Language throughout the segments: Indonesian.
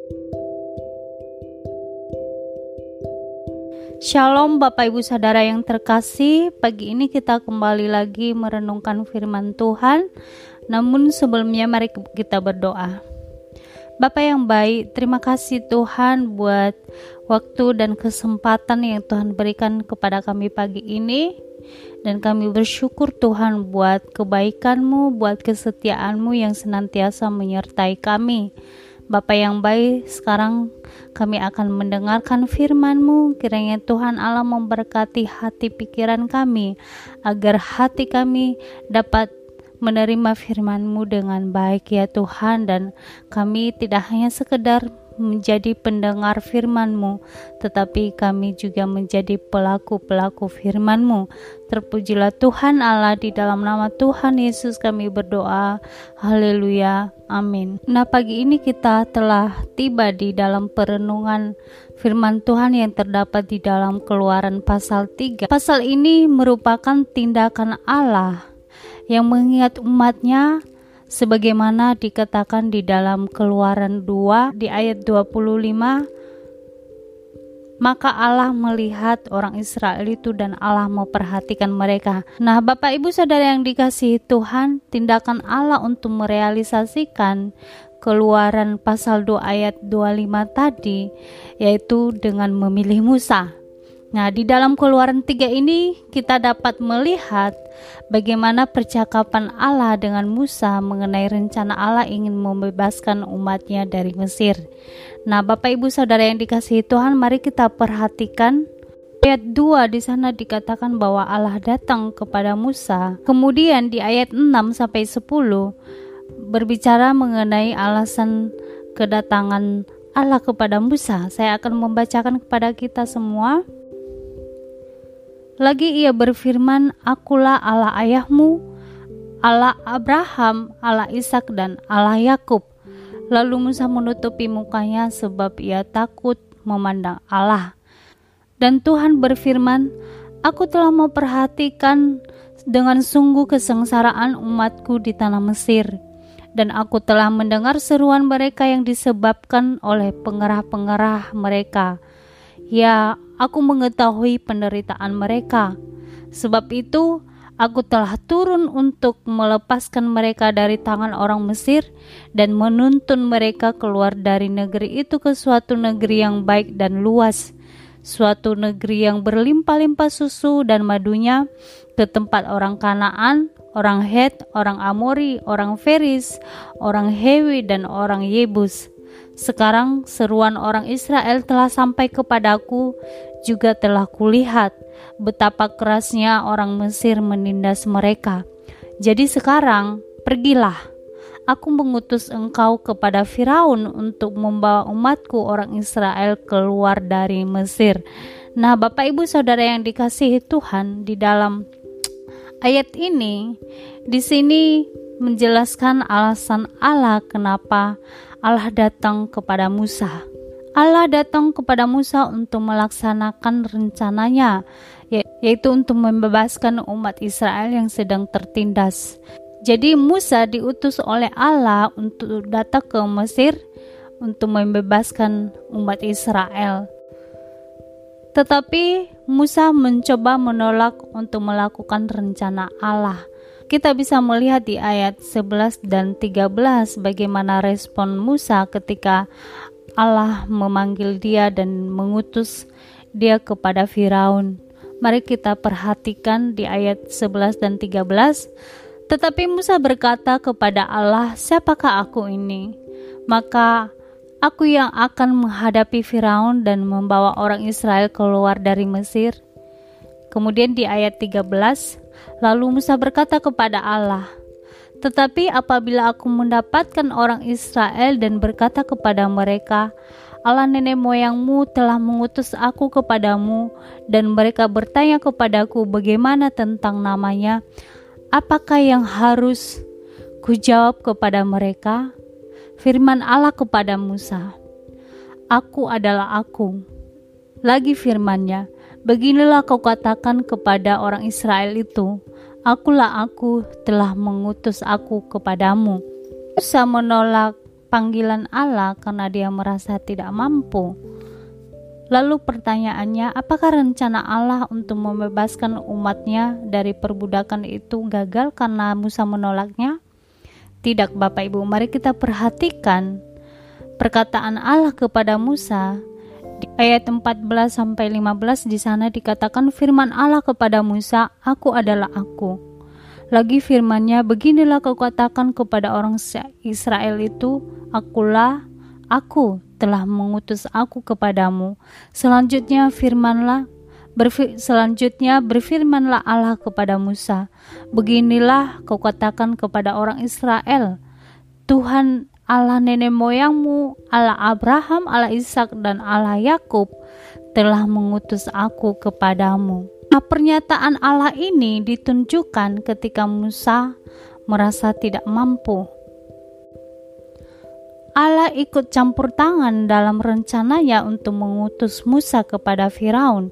Shalom Bapak Ibu Saudara yang terkasih, pagi ini kita kembali lagi merenungkan firman Tuhan. Namun sebelumnya mari kita berdoa. Bapa yang baik, terima kasih Tuhan buat waktu dan kesempatan yang Tuhan berikan kepada kami pagi ini. Dan kami bersyukur Tuhan buat kebaikan-Mu, buat kesetiaan-Mu yang senantiasa menyertai kami. Bapa yang baik, sekarang kami akan mendengarkan firman-Mu. Kiranya Tuhan Allah memberkati hati pikiran kami, agar hati kami dapat menerima firman-Mu dengan baik ya Tuhan. Dan kami tidak hanya sekedar menjadi pendengar firman-Mu, tetapi kami juga menjadi pelaku-pelaku firman-Mu. Terpujilah Tuhan Allah, di dalam nama Tuhan Yesus kami berdoa. Haleluya, amin. Nah, pagi ini kita telah tiba di dalam perenungan firman Tuhan yang terdapat di dalam Keluaran pasal 3. Pasal ini merupakan tindakan Allah yang mengingat umatnya, sebagaimana dikatakan di dalam Keluaran 2 di ayat 25. Maka Allah melihat orang Israel itu dan Allah memperhatikan mereka. Nah, Bapak Ibu Saudara yang dikasihi Tuhan, tindakan Allah untuk merealisasikan Keluaran pasal 2 ayat 25 tadi, yaitu dengan memilih Musa. Nah, di dalam Keluaran 3 ini kita dapat melihat bagaimana percakapan Allah dengan Musa mengenai rencana Allah ingin membebaskan umatnya dari Mesir. Nah, Bapak Ibu Saudara yang dikasihi Tuhan, mari kita perhatikan ayat 2. Di sana dikatakan bahwa Allah datang kepada Musa. Kemudian di ayat 6 sampai 10 berbicara mengenai alasan kedatangan Allah kepada Musa. Saya akan membacakan kepada kita semua. Lagi ia berfirman, Akulah Allah ayahmu, Allah Abraham, Allah Ishak dan Allah Yakub. Lalu Musa menutupi mukanya sebab ia takut memandang Allah. Dan Tuhan berfirman, Aku telah memperhatikan dengan sungguh kesengsaraan umatku di tanah Mesir. Dan aku telah mendengar seruan mereka yang disebabkan oleh pengerah-pengerah mereka. Ya, aku mengetahui penderitaan mereka. Sebab itu, aku telah turun untuk melepaskan mereka dari tangan orang Mesir dan menuntun mereka keluar dari negeri itu ke suatu negeri yang baik dan luas, suatu negeri yang berlimpah-limpah susu dan madunya, ke tempat orang Kanaan, orang Het, orang Amori, orang Feris, orang Hewi dan orang Yebus. Sekarang seruan orang Israel telah sampai kepadaku, juga telah kulihat betapa kerasnya orang Mesir menindas mereka. Jadi sekarang pergilah, aku mengutus engkau kepada Firaun untuk membawa umatku orang Israel keluar dari Mesir. Nah, Bapak Ibu Saudara yang dikasihi Tuhan, di dalam ayat ini di sini menjelaskan alasan Allah kenapa Allah datang kepada Musa. Allah datang kepada Musa untuk melaksanakan rencananya, yaitu untuk membebaskan umat Israel yang sedang tertindas. Jadi Musa diutus oleh Allah untuk datang ke Mesir untuk membebaskan umat Israel. Tetapi Musa mencoba menolak untuk melakukan rencana Allah. Kita bisa melihat di ayat 11 dan 13 bagaimana respon Musa ketika Allah memanggil dia dan mengutus dia kepada Firaun. Mari kita perhatikan di ayat 11 dan 13. Tetapi Musa berkata kepada Allah, "Siapakah aku ini? Maka aku yang akan menghadapi Firaun dan membawa orang Israel keluar dari Mesir." Kemudian di ayat 13, lalu Musa berkata kepada Allah, "Tetapi apabila aku mendapatkan orang Israel dan berkata kepada mereka, Allah nenek moyangmu telah mengutus aku kepadamu, dan mereka bertanya kepadaku bagaimana tentang namanya, apakah yang harus kujawab kepada mereka?" Firman Allah kepada Musa, "Aku adalah aku." Lagi firman-Nya, "Beginilah kau katakan kepada orang Israel itu, Akulah aku telah mengutus aku kepadamu." Musa menolak panggilan Allah karena dia merasa tidak mampu. Lalu pertanyaannya, apakah rencana Allah untuk membebaskan umatnya dari perbudakan itu gagal karena Musa menolaknya? Tidak, Bapak Ibu. Mari kita perhatikan perkataan Allah kepada Musa di ayat 14-15. Di sana dikatakan, firman Allah kepada Musa, "Aku adalah Aku." Lagi firman-Nya, "Beginilah kau katakan kepada orang Israel itu, Akulah, Aku telah mengutus aku kepadamu." Selanjutnya berfirmanlah Allah kepada Musa, "Beginilah kau katakan kepada orang Israel, Tuhan Allah nenek moyangmu, Allah Abraham, Allah Ishak, dan Allah Yakub telah mengutus aku kepadamu." Nah, pernyataan Allah ini ditunjukkan ketika Musa merasa tidak mampu. Allah ikut campur tangan dalam rencananya untuk mengutus Musa kepada Firaun.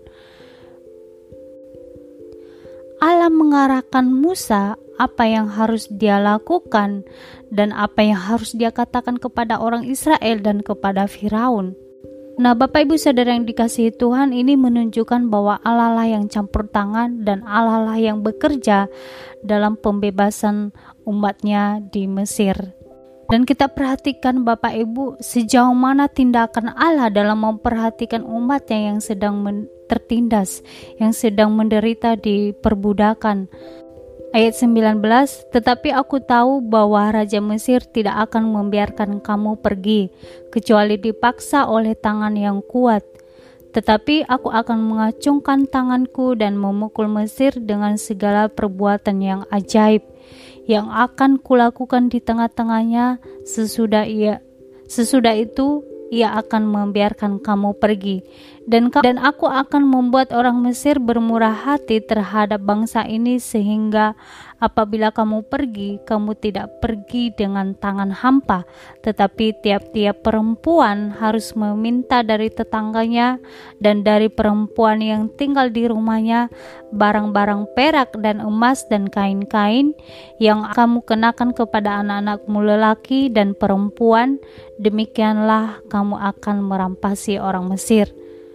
Allah mengarahkan Musa apa yang harus dia lakukan dan apa yang harus dia katakan kepada orang Israel dan kepada Firaun. Nah, Bapak Ibu Saudara yang dikasihi Tuhan, ini menunjukkan bahwa Allah lah yang campur tangan dan Allah lah yang bekerja dalam pembebasan umatnya di Mesir. Dan kita perhatikan Bapak Ibu, sejauh mana tindakan Allah dalam memperhatikan umatnya yang sedang tertindas, yang sedang menderita di perbudakan. Ayat 19, "Tetapi aku tahu bahwa Raja Mesir tidak akan membiarkan kamu pergi, kecuali dipaksa oleh tangan yang kuat. Tetapi aku akan mengacungkan tanganku dan memukul Mesir dengan segala perbuatan yang ajaib, yang akan kulakukan di tengah-tengahnya. Sesudah itu ia akan membiarkan kamu pergi, dan aku akan membuat orang Mesir bermurah hati terhadap bangsa ini, sehingga apabila kamu pergi, kamu tidak pergi dengan tangan hampa, tetapi tiap-tiap perempuan harus meminta dari tetangganya dan dari perempuan yang tinggal di rumahnya barang-barang perak dan emas dan kain-kain yang kamu kenakan kepada anak-anakmu lelaki dan perempuan. Demikianlah kamu akan merampasi orang Mesir."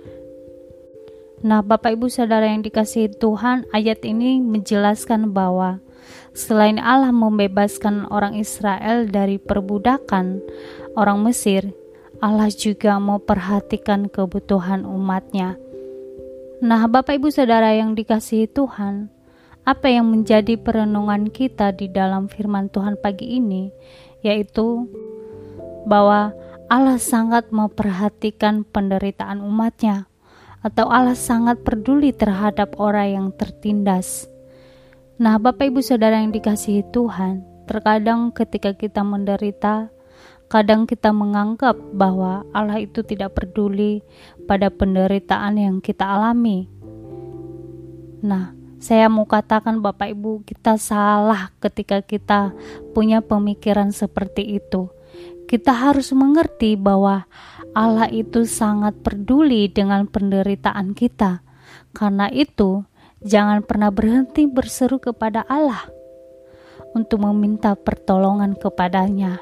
Nah, Bapak Ibu Saudara yang dikasihi Tuhan, ayat ini menjelaskan bahwa selain Allah membebaskan orang Israel dari perbudakan orang Mesir, Allah juga mau perhatikan kebutuhan umatnya. Nah, Bapak Ibu Saudara yang dikasihi Tuhan, apa yang menjadi perenungan kita di dalam firman Tuhan pagi ini, yaitu bahwa Allah sangat memperhatikan penderitaan umatnya, atau Allah sangat peduli terhadap orang yang tertindas. Nah, Bapak Ibu Saudara yang dikasihi Tuhan, terkadang ketika kita menderita, kadang kita menganggap bahwa Allah itu tidak peduli pada penderitaan yang kita alami. Nah, saya mau katakan Bapak Ibu, kita salah ketika kita punya pemikiran seperti itu. Kita harus mengerti bahwa Allah itu sangat peduli dengan penderitaan kita. Karena itu, jangan pernah berhenti berseru kepada Allah untuk meminta pertolongan kepadanya.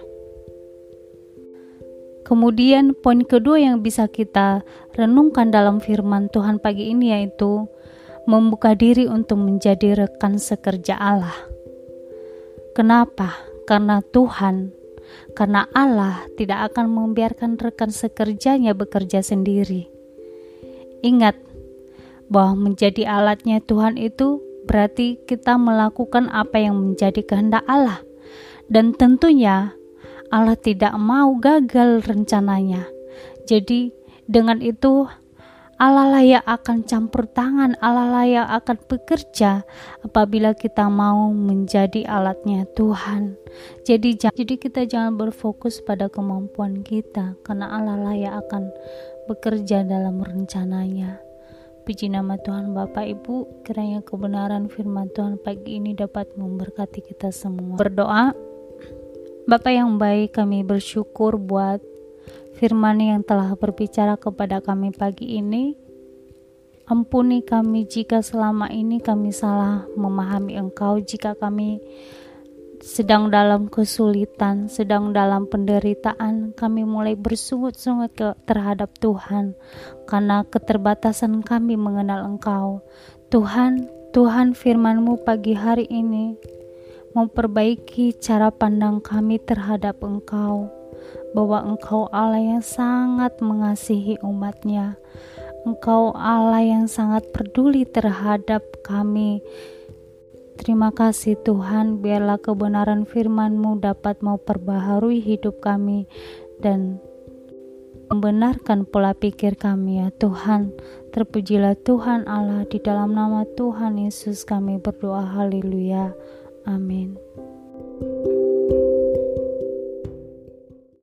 Kemudian poin kedua yang bisa kita renungkan dalam firman Tuhan pagi ini yaitu membuka diri untuk menjadi rekan sekerja Allah. Kenapa? Karena Allah tidak akan membiarkan rekan sekerjanya bekerja sendiri. Ingat bahwa menjadi alatnya Tuhan itu berarti kita melakukan apa yang menjadi kehendak Allah. Dan tentunya Allah tidak mau gagal rencananya. Jadi dengan itu Allah lah yang akan campur tangan, Allah lah yang akan bekerja apabila kita mau menjadi alatnya Tuhan. Jadi kita jangan berfokus pada kemampuan kita, karena Allah lah yang akan bekerja dalam rencananya. Puji nama Tuhan. Bapak Ibu, kiranya kebenaran firman Tuhan pagi ini dapat memberkati kita semua. Berdoa. Bapa yang baik, kami bersyukur buat firman yang telah berbicara kepada kami pagi ini. Ampuni kami jika selama ini kami salah memahami Engkau, jika kami sedang dalam kesulitan, sedang dalam penderitaan, kami mulai bersungut-sungut terhadap Tuhan karena keterbatasan kami mengenal Engkau. Tuhan firman-Mu pagi hari ini memperbaiki cara pandang kami terhadap Engkau, bahwa Engkau Allah yang sangat mengasihi umat-Nya. Engkau Allah yang sangat peduli terhadap kami. Terima kasih Tuhan, biarlah kebenaran firman-Mu dapat memperbaharui hidup kami dan membenarkan pola pikir kami ya Tuhan. Terpujilah Tuhan Allah, di dalam nama Tuhan Yesus kami berdoa, haleluya, amin.